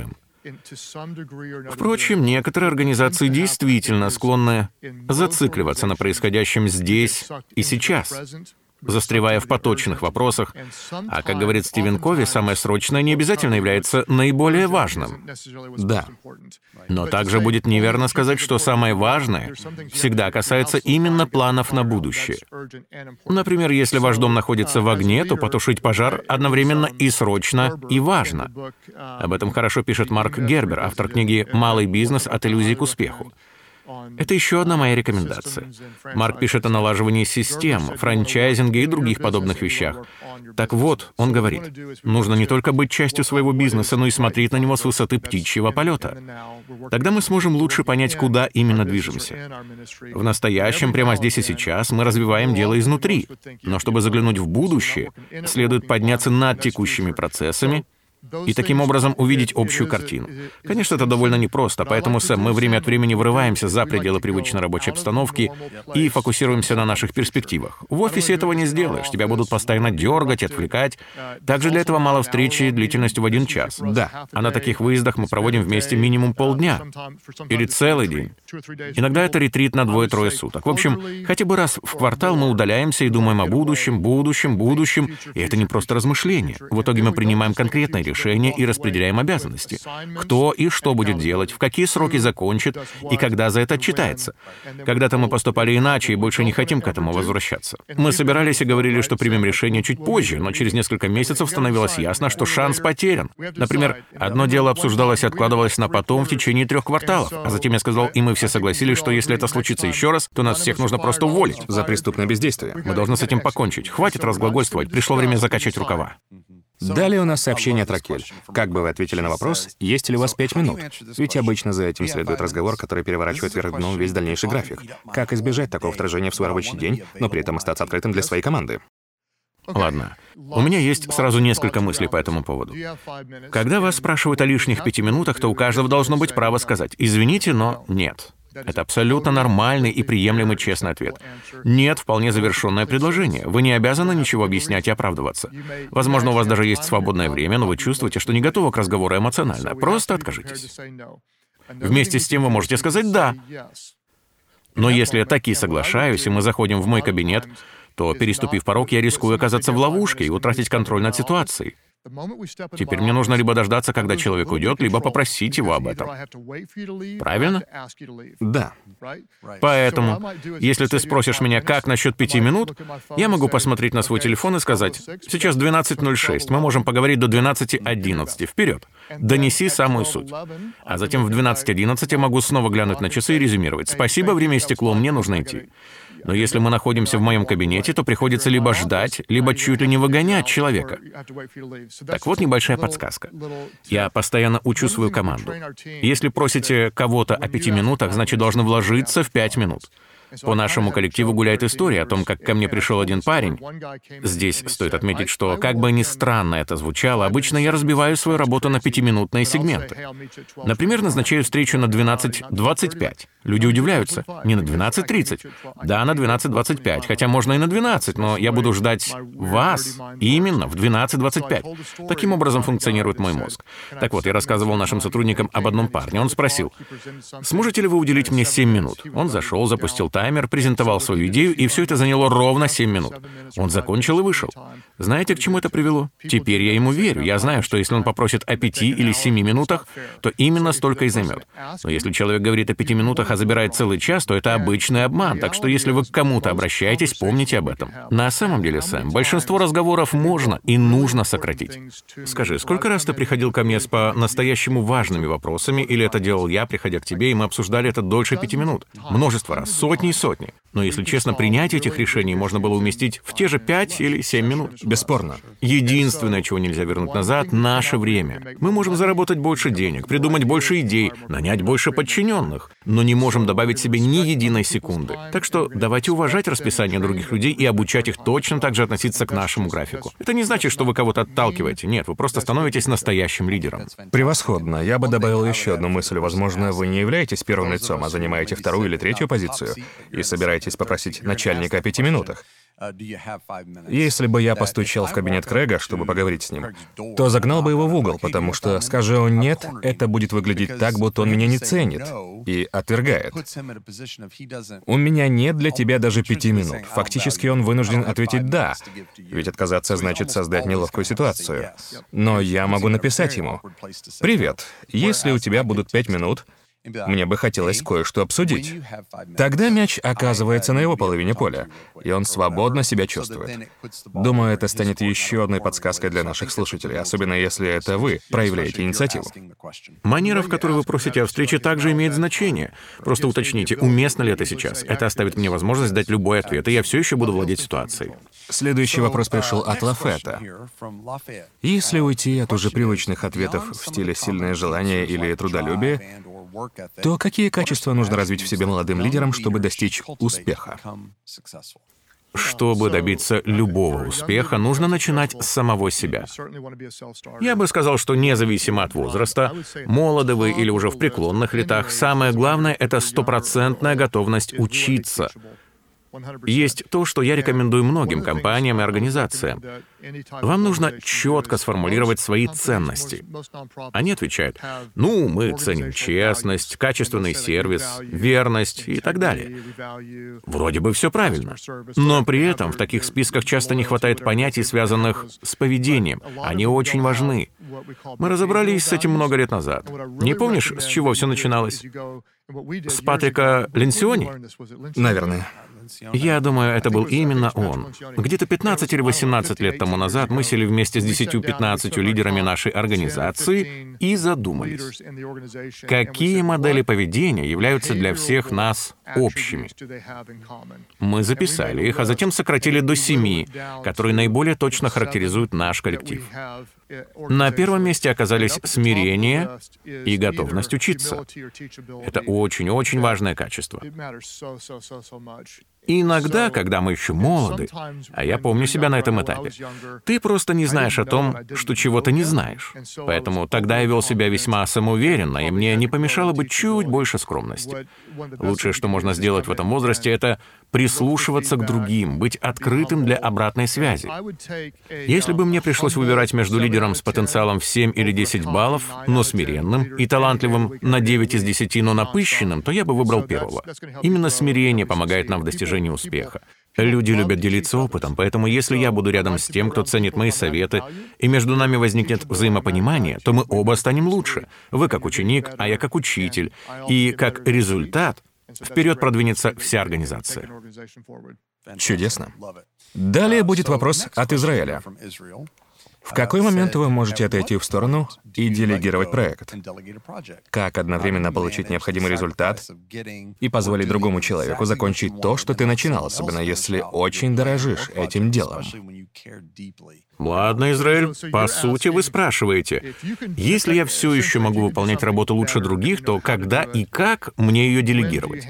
Впрочем, некоторые организации действительно склонны зацикливаться на происходящем здесь и сейчас, застревая в поточных вопросах, а, как говорит Стивен Кови, самое срочное не обязательно является наиболее важным. Да. Но также будет неверно сказать, что самое важное всегда касается именно планов на будущее. Например, если ваш дом находится в огне, то потушить пожар одновременно и срочно, и важно. Об этом хорошо пишет Марк Гербер, автор книги «Малый бизнес. От иллюзий к успеху». Это еще одна моя рекомендация. Марк пишет о налаживании систем, франчайзинге и других подобных вещах. Так вот, он говорит, нужно не только быть частью своего бизнеса, но и смотреть на него с высоты птичьего полета. Тогда мы сможем лучше понять, куда именно движемся. В настоящем, прямо здесь и сейчас, мы развиваем дело изнутри. Но чтобы заглянуть в будущее, следует подняться над текущими процессами и таким образом увидеть общую картину. Конечно, это довольно непросто, поэтому, Сэм, мы время от времени вырываемся за пределы привычной рабочей обстановки и фокусируемся на наших перспективах. В офисе этого не сделаешь, тебя будут постоянно дергать, отвлекать. Также для этого мало встречи длительностью в 1 час. Да. А на таких выездах мы проводим вместе минимум полдня. Или целый день. Иногда это ретрит на 2-3 суток. В общем, хотя бы раз в квартал мы удаляемся и думаем о будущем, и это не просто размышления. В итоге мы принимаем конкретные решения и распределяем обязанности. Кто и что будет делать, в какие сроки закончит и когда за это отчитается. Когда-то мы поступали иначе и больше не хотим к этому возвращаться. Мы собирались и говорили, что примем решение чуть позже, но через несколько месяцев становилось ясно, что шанс потерян. Например, одно дело обсуждалось и откладывалось на потом в течение 3 кварталов, а затем я сказал, и мы все согласились, что если это случится еще раз, то нас всех нужно просто уволить. За преступное бездействие. Мы должны с этим покончить. Хватит разглагольствовать, пришло время закачать рукава. Далее у нас сообщение от Ракель. Как бы вы ответили на вопрос, есть ли у вас 5 минут? Ведь обычно за этим следует разговор, который переворачивает вверх дном весь дальнейший график. Как избежать такого вторжения в свой рабочий день, но при этом остаться открытым для своей команды? Ладно. У меня есть сразу несколько мыслей по этому поводу. Когда вас спрашивают о лишних 5 минутах, то у каждого должно быть право сказать «извините, но нет». Это абсолютно нормальный и приемлемый честный ответ. Нет, вполне завершенное предложение. Вы не обязаны ничего объяснять и оправдываться. Возможно, у вас даже есть свободное время, но вы чувствуете, что не готовы к разговору эмоционально. Просто откажитесь. Вместе с тем вы можете сказать «да». Но если я таки соглашаюсь, и мы заходим в мой кабинет, то, переступив порог, я рискую оказаться в ловушке и утратить контроль над ситуацией. Теперь мне нужно либо дождаться, когда человек уйдет, либо попросить его об этом. Правильно? Да. Поэтому, если ты спросишь меня, как насчет 5 минут, я могу посмотреть на свой телефон и сказать, сейчас 12:06, мы можем поговорить до 12:11, вперед. Донеси самую суть. А затем в 12:11 я могу снова глянуть на часы и резюмировать. Спасибо, время истекло, мне нужно идти. Но если мы находимся в моем кабинете, то приходится либо ждать, либо чуть ли не выгонять человека. Так вот, небольшая подсказка. Я постоянно учу свою команду. Если просите кого-то о 5 минутах, значит, должны вложиться в 5 минут. По нашему коллективу гуляет история о том, как ко мне пришел один парень. Здесь стоит отметить, что, как бы ни странно это звучало, обычно я разбиваю свою работу на 5-минутные сегменты. Например, назначаю встречу на 12:25. Люди удивляются. Не на 12:30. Да, на 12:25, хотя можно и на 12, но я буду ждать вас именно в 12:25. Таким образом функционирует мой мозг. Так вот, я рассказывал нашим сотрудникам об одном парне. Он спросил, сможете ли вы уделить мне 7 минут? Он зашел, запустил таймер, презентовал свою идею, и все это заняло ровно 7 минут. Он закончил и вышел. Знаете, к чему это привело? Теперь я ему верю. Я знаю, что если он попросит о 5 или 7 минутах, то именно столько и займет. Но если человек говорит о 5 минутах, а забирает целый час, то это обычный обман. Так что если вы к кому-то обращаетесь, помните об этом. На самом деле, Сэм, большинство разговоров можно и нужно сократить. Скажи, сколько раз ты приходил ко мне с по-настоящему важными вопросами, или это делал я, приходя к тебе, и мы обсуждали это дольше 5 минут? Множество раз, сотни и сотни. Но, если честно, принятие этих решений можно было уместить в те же 5 или 7 минут. Бесспорно. Единственное, чего нельзя вернуть назад — наше время. Мы можем заработать больше денег, придумать больше идей, нанять больше подчиненных, но не можем добавить себе ни единой секунды. Так что давайте уважать расписание других людей и обучать их точно так же относиться к нашему графику. Это не значит, что вы кого-то отталкиваете. Нет, вы просто становитесь настоящим лидером. Превосходно. Я бы добавил еще одну мысль. Возможно, вы не являетесь первым лицом, а занимаете 2-ю или 3-ю позицию и собираетесь попросить начальника о 5 минутах. Если бы я постучал в кабинет Крэга, чтобы поговорить с ним, то загнал бы его в угол, потому что, скажи он «нет», это будет выглядеть так, будто он меня не ценит и отвергает. У меня нет для тебя даже 5 минут. Фактически он вынужден ответить «да», ведь отказаться значит создать неловкую ситуацию. Но я могу написать ему: «Привет, если у тебя будут 5 минут, мне бы хотелось кое-что обсудить». Тогда мяч оказывается на его половине поля, и он свободно себя чувствует. Думаю, это станет еще одной подсказкой для наших слушателей, особенно если это вы проявляете инициативу. Манера, в которой вы просите о встрече, также имеет значение. Просто уточните, уместно ли это сейчас. Это оставит мне возможность дать любой ответ, и я все еще буду владеть ситуацией. Следующий вопрос пришел от Лафетта. Если уйти от уже привычных ответов в стиле «сильное желание» или «трудолюбие», то какие качества нужно развить в себе молодым лидерам, чтобы достичь успеха? Чтобы добиться любого успеха, нужно начинать с самого себя. Я бы сказал, что независимо от возраста, молоды вы или уже в преклонных летах, самое главное — это стопроцентная готовность учиться. Есть то, что я рекомендую многим компаниям и организациям. Вам нужно четко сформулировать свои ценности. Они отвечают: «Ну, мы ценим честность, качественный сервис, верность и так далее». Вроде бы все правильно. Но при этом в таких списках часто не хватает понятий, связанных с поведением. Они очень важны. Мы разобрались с этим много лет назад. Не помнишь, с чего все начиналось? С Патрика Ленсиони? Наверное. Я думаю, это был именно он. Где-то 15 или 18 лет тому назад мы сели вместе с 10-15 лидерами нашей организации и задумались, какие модели поведения являются для всех нас общими. Мы записали их, а затем сократили до 7, которые наиболее точно характеризуют наш коллектив. На первом месте оказались смирение и готовность учиться. Это очень-очень важное качество. И иногда, когда мы еще молоды, а я помню себя на этом этапе, ты просто не знаешь о том, что чего-то не знаешь. Поэтому тогда я вел себя весьма самоуверенно, и мне не помешало бы чуть больше скромности. Лучшее, что можно сделать в этом возрасте, это прислушиваться к другим, быть открытым для обратной связи. Если бы мне пришлось выбирать между лидером с потенциалом в 7 или 10 баллов, но смиренным, и талантливым на 9 из 10, но напыщенным, то я бы выбрал первого. Именно смирение помогает нам в достижении успеха. Люди любят делиться опытом, поэтому если я буду рядом с тем, кто ценит мои советы, и между нами возникнет взаимопонимание, то мы оба станем лучше. Вы как ученик, а я как учитель. И как результат вперед продвинется вся организация. Чудесно. Далее будет вопрос от Израиля. В какой момент вы можете отойти в сторону и делегировать проект? Как одновременно получить необходимый результат и позволить другому человеку закончить то, что ты начинал, особенно если очень дорожишь этим делом? Ладно, Израиль, по сути, вы спрашиваете, если я все еще могу выполнять работу лучше других, то когда и как мне ее делегировать?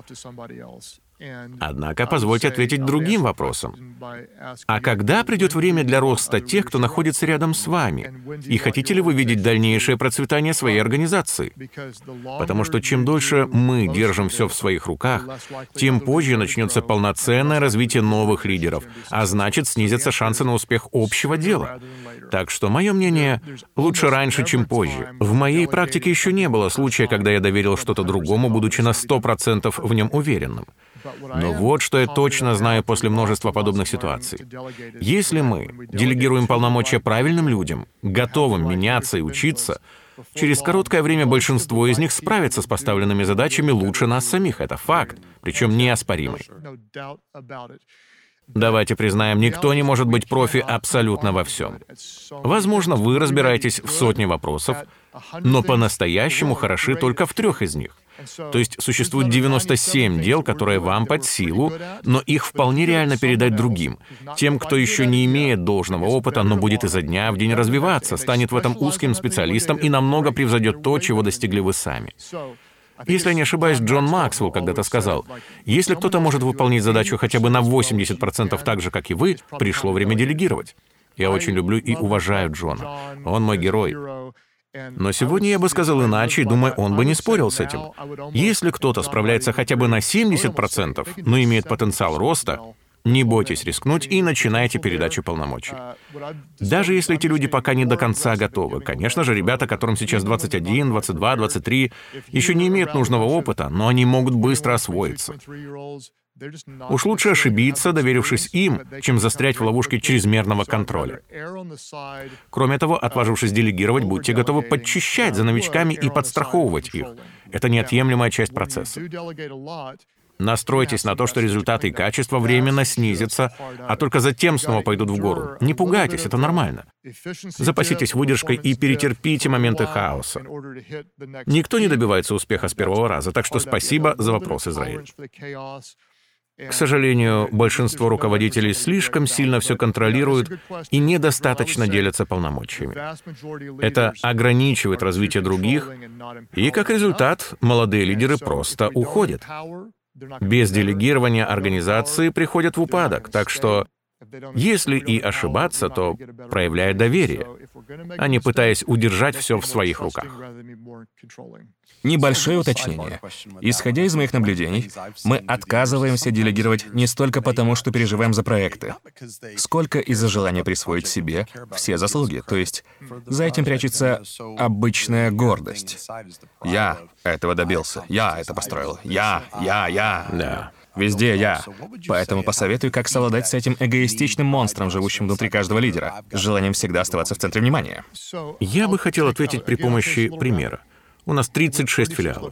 Однако позвольте ответить другим вопросом. А когда придет время для роста тех, кто находится рядом с вами? И хотите ли вы видеть дальнейшее процветание своей организации? Потому что чем дольше мы держим все в своих руках, тем позже начнется полноценное развитие новых лидеров, а значит, снизятся шансы на успех общего дела. Так что, мое мнение, лучше раньше, чем позже. В моей практике еще не было случая, когда я доверил что-то другому, будучи на 100% в нем уверенным. Но вот что я точно знаю после множества подобных ситуаций. Если мы делегируем полномочия правильным людям, готовым меняться и учиться, через короткое время большинство из них справится с поставленными задачами лучше нас самих. Это факт, причем неоспоримый. Давайте признаем, никто не может быть профи абсолютно во всем. Возможно, вы разбираетесь в сотне вопросов, но по-настоящему хороши только в 3 из них. То есть существует 97 дел, которые вам под силу, но их вполне реально передать другим. Тем, кто еще не имеет должного опыта, но будет изо дня в день развиваться, станет в этом узким специалистом и намного превзойдет то, чего достигли вы сами. Если я не ошибаюсь, Джон Максвелл когда-то сказал, если кто-то может выполнить задачу хотя бы на 80% так же, как и вы, пришло время делегировать. Я очень люблю и уважаю Джона. Он мой герой. Но сегодня я бы сказал иначе, и думаю, он бы не спорил с этим. Если кто-то справляется хотя бы на 70%, но имеет потенциал роста, Не бойтесь рискнуть и начинайте передачу полномочий. Даже если эти люди пока не до конца готовы. Конечно же, ребята, которым сейчас 21, 22, 23, еще не имеют нужного опыта, но они могут быстро освоиться. Уж лучше ошибиться, доверившись им, чем застрять в ловушке чрезмерного контроля. Кроме того, отважившись делегировать, будьте готовы подчищать за новичками и подстраховывать их. Это неотъемлемая часть процесса. Настройтесь на то, что результаты и качество временно снизятся, а только затем снова пойдут в гору. Не пугайтесь, это нормально. Запаситесь выдержкой и перетерпите моменты хаоса. Никто не добивается успеха с первого раза, так что спасибо за вопрос, Израиль. К сожалению, большинство руководителей слишком сильно все контролируют и недостаточно делятся полномочиями. Это ограничивает развитие других, и, как результат, молодые лидеры просто уходят. Без делегирования организации приходят в упадок, так что если и ошибаться, то проявляя доверие, а не пытаясь удержать все в своих руках. Небольшое уточнение. Исходя из моих наблюдений, мы отказываемся делегировать не столько потому, что переживаем за проекты, сколько из-за желания присвоить себе все заслуги. То есть за этим прячется обычная гордость. Я этого добился, я это построил, я. Да. Везде я. Поэтому посоветую, как совладать с этим эгоистичным монстром, живущим внутри каждого лидера, с желанием всегда оставаться в центре внимания. Я бы хотел ответить при помощи примера. У нас 36 филиалов.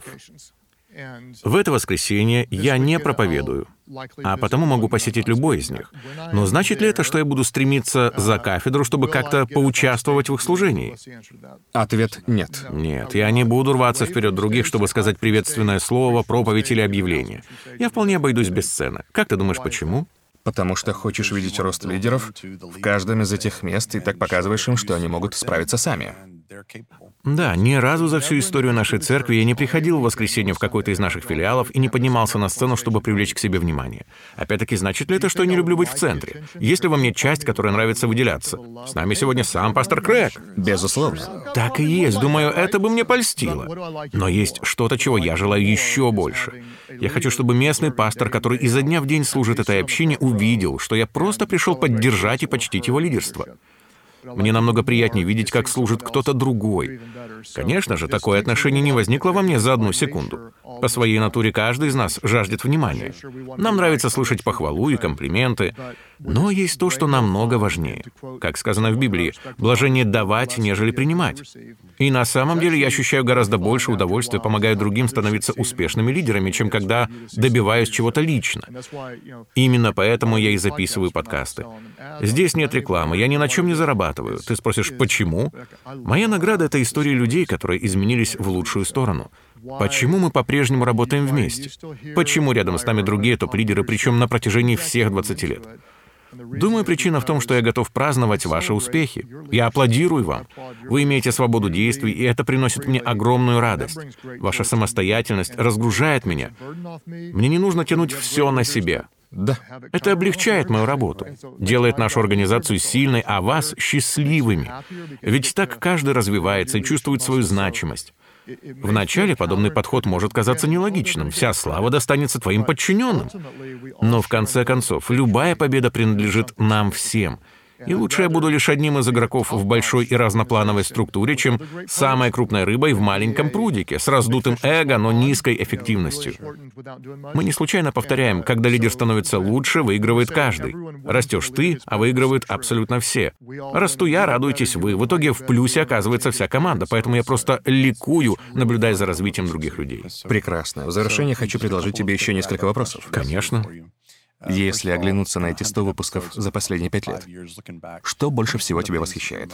В это воскресенье я не проповедую, а потому могу посетить любой из них. Но значит ли это, что я буду стремиться за кафедру, чтобы как-то поучаствовать в их служении? Ответ — нет. Нет, я не буду рваться вперед других, чтобы сказать приветственное слово, проповедь или объявление. Я вполне обойдусь без сцены. Как ты думаешь, почему? Потому что хочешь видеть рост лидеров в каждом из этих мест и так показываешь им, что они могут справиться сами. Да, ни разу за всю историю нашей церкви я не приходил в воскресенье в какой-то из наших филиалов и не поднимался на сцену, чтобы привлечь к себе внимание. Опять-таки, значит ли это, что я не люблю быть в центре? Есть ли во мне часть, которой нравится выделяться? С нами сегодня сам пастор Крэг. Безусловно. Так и есть. Думаю, это бы мне польстило. Но есть что-то, чего я желаю еще больше. Я хочу, чтобы местный пастор, который изо дня в день служит этой общине, увидел, что я просто пришел поддержать и почтить его лидерство. Мне намного приятнее видеть, как служит кто-то другой. Конечно же, такое отношение не возникло во мне за одну секунду. По своей натуре каждый из нас жаждет внимания. Нам нравится слышать похвалу и комплименты, но есть то, что намного важнее. Как сказано в Библии, блажение давать, нежели принимать. И на самом деле я ощущаю гораздо больше удовольствия, помогая другим становиться успешными лидерами, чем когда добиваюсь чего-то лично. Именно поэтому я и записываю подкасты. Здесь нет рекламы, я ни на чем не зарабатываю. Ты спросишь, почему? Моя награда — это истории людей, которые изменились в лучшую сторону. Почему мы по-прежнему работаем вместе? Почему рядом с нами другие топ-лидеры, причем на протяжении всех 20 лет? Думаю, причина в том, что я готов праздновать ваши успехи. Я аплодирую вам. Вы имеете свободу действий, и это приносит мне огромную радость. Ваша самостоятельность разгружает меня. Мне не нужно тянуть все на себя. Да. Это облегчает мою работу, делает нашу организацию сильной, а вас счастливыми. Ведь так каждый развивается и чувствует свою значимость. Вначале подобный подход может казаться нелогичным. Вся слава достанется твоим подчиненным. Но в конце концов, любая победа принадлежит нам всем. И лучше я буду лишь одним из игроков в большой и разноплановой структуре, чем самой крупной рыбой в маленьком прудике, с раздутым эго, но низкой эффективностью. Мы не случайно повторяем, когда лидер становится лучше, выигрывает каждый. Растешь ты, а выигрывают абсолютно все. Расту я, радуйтесь вы. В итоге в плюсе оказывается вся команда, поэтому я просто ликую, наблюдая за развитием других людей. Прекрасно. В завершение хочу предложить тебе еще несколько вопросов. Конечно. Если оглянуться на эти 100 выпусков за последние 5 лет, что больше всего тебя восхищает?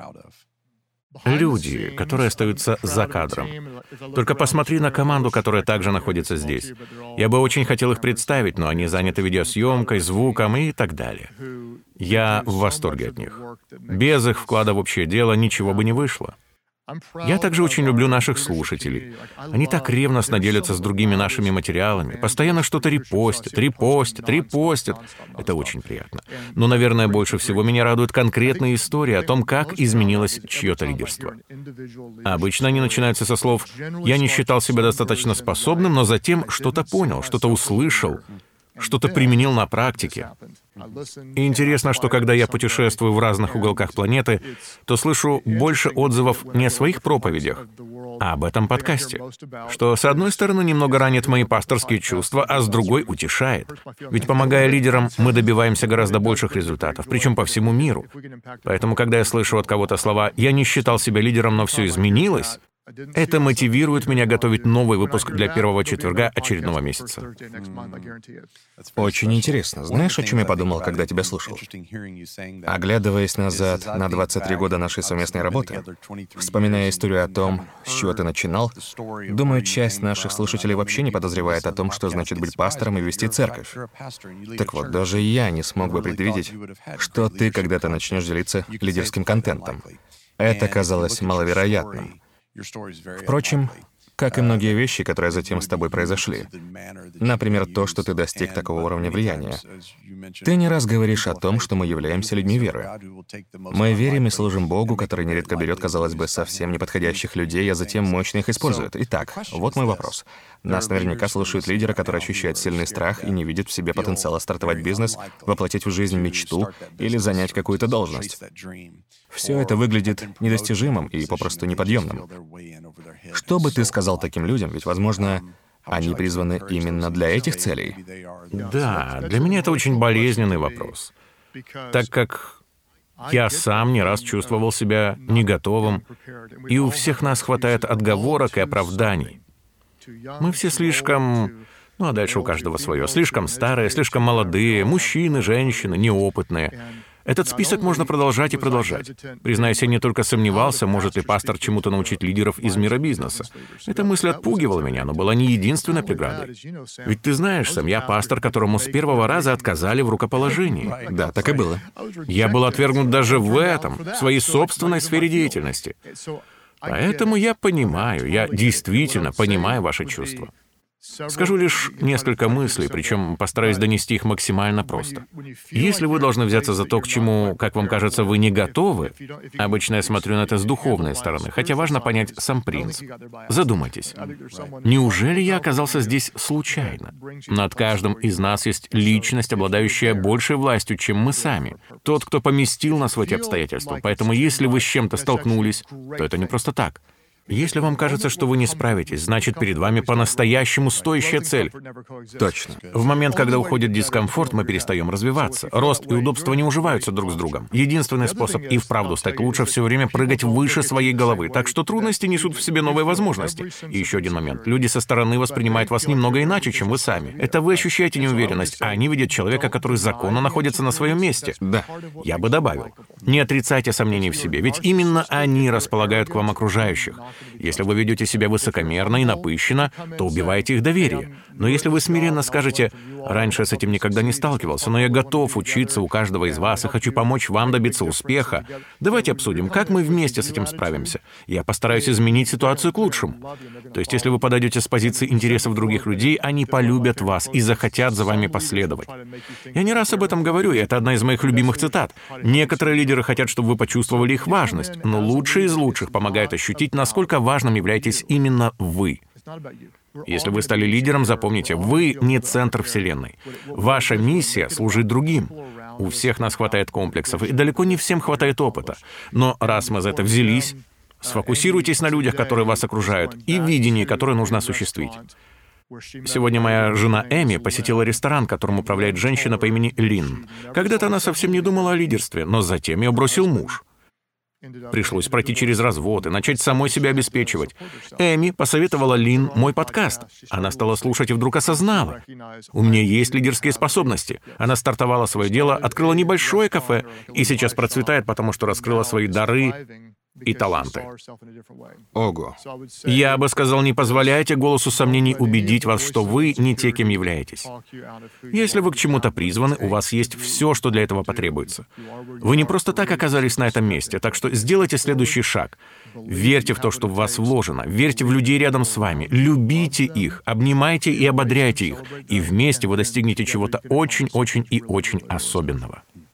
Люди, которые остаются за кадром. Только посмотри на команду, которая также находится здесь. Я бы очень хотел их представить, но они заняты видеосъемкой, звуком и так далее. Я в восторге от них. Без их вклада в общее дело ничего бы не вышло. Я также очень люблю наших слушателей. Они так ревностно делятся с другими нашими материалами, постоянно что-то репостят. Это очень приятно. Но, наверное, больше всего меня радуют конкретные истории о том, как изменилось чье-то лидерство. Обычно они начинаются со слов «я не считал себя достаточно способным, но затем что-то понял, что-то услышал». что-то применил на практике. И интересно, что когда я путешествую в разных уголках планеты, то слышу больше отзывов не о своих проповедях, а об этом подкасте. Что, с одной стороны, немного ранит мои пасторские чувства, а с другой утешает. Ведь, помогая лидерам, мы добиваемся гораздо больших результатов, причем по всему миру. Поэтому, когда я слышу от кого-то слова «я не считал себя лидером, но все изменилось», это мотивирует меня готовить новый выпуск для первого четверга очередного месяца. Очень интересно. Знаешь, о чем я подумал, когда тебя слушал? Оглядываясь назад на 23 года нашей совместной работы, вспоминая историю о том, с чего ты начинал, думаю, часть наших слушателей вообще не подозревает о том, что значит быть пастором и вести церковь. Так вот, даже я не смог бы предвидеть, что ты когда-то начнешь делиться лидерским контентом. Это казалось маловероятным. Впрочем, как и многие вещи, которые затем с тобой произошли. Например, то, что ты достиг такого уровня влияния. Ты не раз говоришь о том, что мы являемся людьми веры. Мы верим и служим Богу, который нередко берет, казалось бы, совсем неподходящих людей, а затем мощно их использует. Итак, вот мой вопрос. Нас наверняка слушают лидеры, которые ощущают сильный страх и не видят в себе потенциала стартовать бизнес, воплотить в жизнь мечту или занять какую-то должность. Все это выглядит недостижимым и попросту неподъемным. Что бы ты сказал таким людям? Ведь, возможно, они призваны именно для этих целей. Да, для меня это очень болезненный вопрос, так как я сам не раз чувствовал себя не готовым, и у всех нас хватает отговорок и оправданий. Мы все слишком... а дальше у каждого свое. Слишком старые, слишком молодые, мужчины, женщины, неопытные. Этот список можно продолжать и продолжать. Признаюсь, я не только сомневался, может ли пастор чему-то научить лидеров из мира бизнеса. Эта мысль отпугивала меня, но была не единственной преградой. Ведь ты знаешь, Сэм, я пастор, которому с первого раза отказали в рукоположении. Да, так и было. Я был отвергнут даже в этом, в своей собственной сфере деятельности. Поэтому я понимаю, я действительно понимаю ваши чувства. Скажу лишь несколько мыслей, причем постараюсь донести их максимально просто. Если вы должны взяться за то, к чему, как вам кажется, вы не готовы, обычно я смотрю на это с духовной стороны, хотя важно понять сам принцип. Задумайтесь. Неужели я оказался здесь случайно? Над каждым из нас есть личность, обладающая большей властью, чем мы сами. Тот, кто поместил нас в эти обстоятельства. Поэтому если вы с чем-то столкнулись, то это не просто так. Если вам кажется, что вы не справитесь, значит, перед вами по-настоящему стоящая цель. Точно. В момент, когда уходит дискомфорт, мы перестаем развиваться. Рост и удобство не уживаются друг с другом. Единственный способ и вправду стать лучше — все время прыгать выше своей головы. Так что трудности несут в себе новые возможности. И еще один момент. Люди со стороны воспринимают вас немного иначе, чем вы сами. Это вы ощущаете неуверенность, а они видят человека, который законно находится на своем месте. Да. Я бы добавил. Не отрицайте сомнений в себе, ведь именно они располагают к вам окружающих. Если вы ведете себя высокомерно и напыщенно, то убиваете их доверие. Но если вы смиренно скажете: «Раньше я с этим никогда не сталкивался, но я готов учиться у каждого из вас и хочу помочь вам добиться успеха. Давайте обсудим, как мы вместе с этим справимся. Я постараюсь изменить ситуацию к лучшему». То есть, если вы подойдете с позиции интересов других людей, они полюбят вас и захотят за вами последовать. Я не раз об этом говорю, и это одна из моих любимых цитат. Некоторые лидеры хотят, чтобы вы почувствовали их важность, но лучшие из лучших помогают ощутить, насколько важным являетесь именно вы. Если вы стали лидером, запомните, вы не центр Вселенной. Ваша миссия — служить другим. У всех нас хватает комплексов, и далеко не всем хватает опыта. Но раз мы за это взялись, сфокусируйтесь на людях, которые вас окружают, и видении, которое нужно осуществить. Сегодня моя жена Эми посетила ресторан, которым управляет женщина по имени Лин. Когда-то она совсем не думала о лидерстве, но затем ее бросил муж. Пришлось пройти через развод и начать самой себя обеспечивать. Эми посоветовала Лин мой подкаст. Она стала слушать и вдруг осознала: у меня есть лидерские способности. Она стартовала свое дело, открыла небольшое кафе и сейчас процветает, потому что раскрыла свои дары и таланты. Ого. Я бы сказал, не позволяйте голосу сомнений убедить вас, что вы не те, кем являетесь. Если вы к чему-то призваны, у вас есть все, что для этого потребуется. Вы не просто так оказались на этом месте, так что сделайте следующий шаг. Верьте в то, что в вас вложено, верьте в людей рядом с вами, любите их, обнимайте и ободряйте их, и вместе вы достигнете чего-то очень-очень и очень особенного.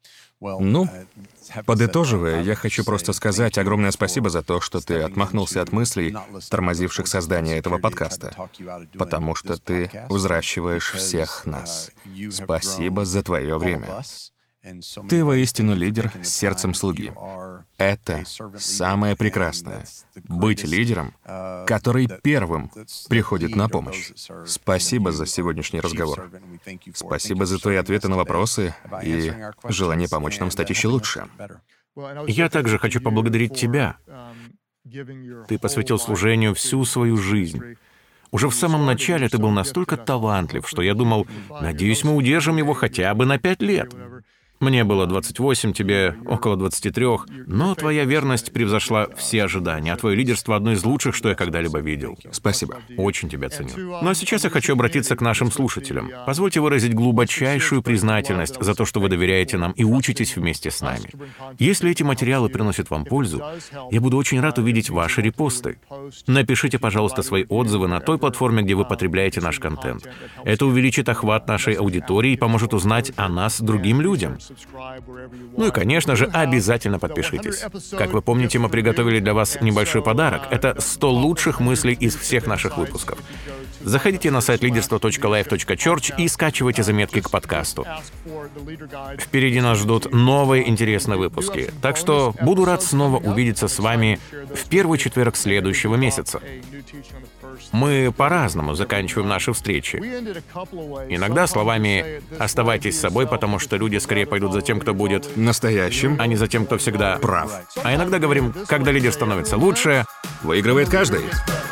Ну, подытоживая, я хочу просто сказать огромное спасибо за то, что ты отмахнулся от мыслей, тормозивших создание этого подкаста, потому что ты взращиваешь всех нас. Спасибо за твое время. Ты воистину лидер с сердцем слуги. Это самое прекрасное — быть лидером, который первым приходит на помощь. Спасибо за сегодняшний разговор. Спасибо за твои ответы на вопросы и желание помочь нам стать еще лучше. Я также хочу поблагодарить тебя. Ты посвятил служению всю свою жизнь. Уже в самом начале ты был настолько талантлив, что я думал, надеюсь, мы удержим его хотя бы на 5 лет. Мне было 28, тебе около 23, но твоя верность превзошла все ожидания, а твое лидерство — одно из лучших, что я когда-либо видел. Спасибо. Очень тебя ценю. Ну а сейчас я хочу обратиться к нашим слушателям. Позвольте выразить глубочайшую признательность за то, что вы доверяете нам и учитесь вместе с нами. Если эти материалы приносят вам пользу, я буду очень рад увидеть ваши репосты. Напишите, пожалуйста, свои отзывы на той платформе, где вы потребляете наш контент. Это увеличит охват нашей аудитории и поможет узнать о нас другим людям. Ну и, конечно же, обязательно подпишитесь. Как вы помните, мы приготовили для вас небольшой подарок. Это 100 лучших мыслей из всех наших выпусков. Заходите на сайт leaderство.life.church и скачивайте заметки к подкасту. Впереди нас ждут новые интересные выпуски. Так что буду рад снова увидеться с вами в первый четверг следующего месяца. Мы по-разному заканчиваем наши встречи. Иногда словами «оставайтесь собой», потому что люди скорее пойдут за тем, кто будет настоящим, а не за тем, кто всегда прав. А иногда говорим, когда лидер становится лучше, выигрывает каждый.